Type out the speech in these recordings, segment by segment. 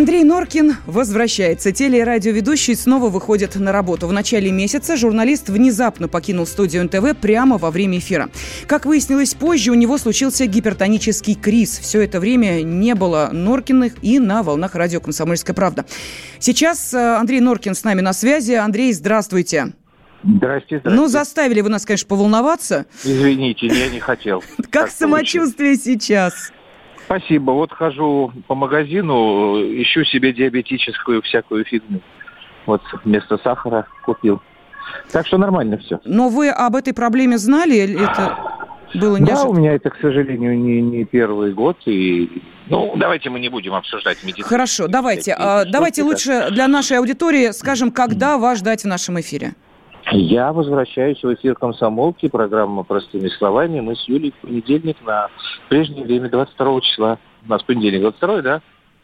Андрей Норкин возвращается. Теле- и радиоведущий снова выходит на работу. В начале месяца журналист внезапно покинул студию НТВ прямо во время эфира. Как выяснилось позже, у него случился гипертонический криз. Все это время не было Норкиных и на волнах радио «Комсомольская правда». Сейчас Андрей Норкин с нами на связи. Андрей, здравствуйте. Здрасте. Ну, заставили вы нас, конечно, поволноваться. Извините, я не хотел. Как самочувствие сейчас? Спасибо. Вот хожу по магазину, ищу себе диабетическую всякую фигню. Вот вместо сахара купил. Так что нормально все. Но вы об этой проблеме знали? Или это было неожиданно? Да, у меня это, к сожалению, не первый год. И, давайте мы не будем обсуждать медицину. Хорошо, давайте. Давайте лучше для нашей аудитории скажем, когда вас ждать в нашем эфире. Я возвращаюсь в эфир «Комсомолки», программа «Простыми словами». Мы с Юлей в понедельник на прежнее время, 22 числа. У нас понедельник 22, да?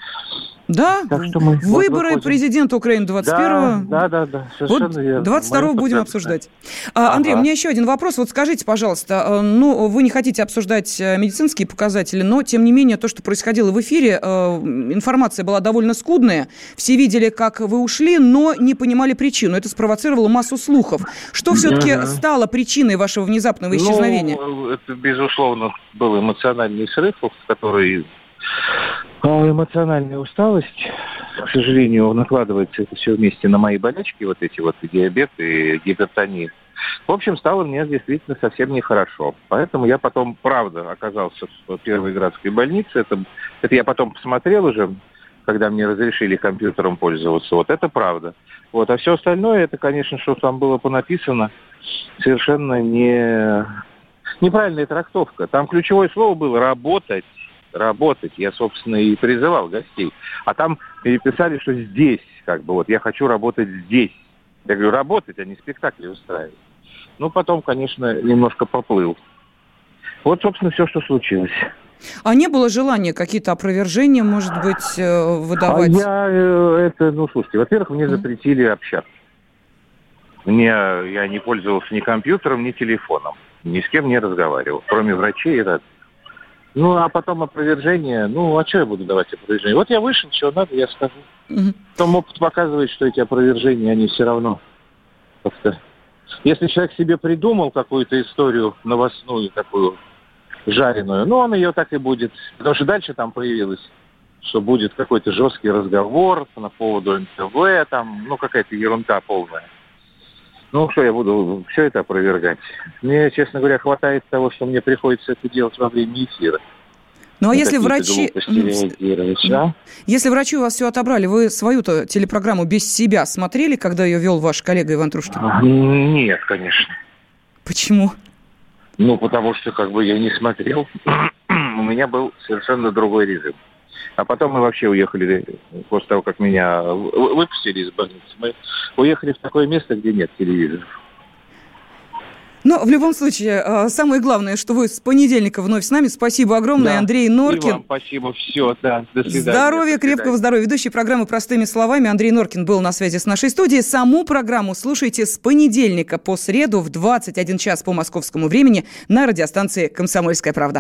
Да, выборы президента Украины 21-го. Да, совершенно верно. 22-го будем обсуждать. Андрей, у меня еще один вопрос. Вот скажите, пожалуйста, вы не хотите обсуждать медицинские показатели, но, тем не менее, то, что происходило в эфире, информация была довольно скудная. Все видели, как вы ушли, но не понимали причину. Это спровоцировало массу слухов. Что все-таки стало причиной вашего внезапного исчезновения? Это, безусловно, был эмоциональный срыв, который... Эмоциональная усталость, к сожалению, накладывается это все вместе на мои болячки, вот эти вот диабет и гипертония. В общем, стало мне действительно совсем нехорошо. Поэтому я потом, правда, оказался в первой градской больнице. Это я потом посмотрел уже, когда мне разрешили компьютером пользоваться. Вот это правда. Вот. А все остальное, это, конечно, что там было понаписано, совершенно неправильная трактовка. Там ключевое слово было «работать». Работать. Я, собственно, и призывал гостей. А там переписали, что здесь, я хочу работать здесь. Я говорю, работать, а не спектакли устраивать. Потом, конечно, немножко поплыл. Вот, собственно, все, что случилось. А не было желания какие-то опровержения, может быть, выдавать? Слушайте, во-первых, мне запретили общаться. Я не пользовался ни компьютером, ни телефоном. Ни с кем не разговаривал, кроме врачей и родных. А потом опровержение. А что я буду давать опровержение? Вот я вышел, что надо, я скажу. Потом опыт показывает, что эти опровержения, они все равно как-то... Если человек себе придумал какую-то историю новостную, такую жареную, он ее так и будет. Потому что дальше там появилось, что будет какой-то жесткий разговор по поводу НТВ, какая-то ерунда полная. Что я буду все это опровергать? Мне, честно говоря, хватает того, что мне приходится это делать во время эфира. А если врачи... Если врачи у вас все отобрали, вы свою-то телепрограмму без себя смотрели, когда ее вел ваш коллега Иван Трушкин? Нет, конечно. Почему? Потому что я не смотрел. У меня был совершенно другой режим. А потом мы вообще уехали, после того, как меня выпустили из больницы, мы уехали в такое место, где нет телевизора. В любом случае, самое главное, что вы с понедельника вновь с нами. Спасибо огромное, Андрей Норкин. И вам спасибо, все, до свидания. Здоровья, крепкого здоровья. Ведущий программы «Простыми словами» Андрей Норкин был на связи с нашей студией. Саму программу слушайте с понедельника по среду в 21 час по московскому времени на радиостанции «Комсомольская правда».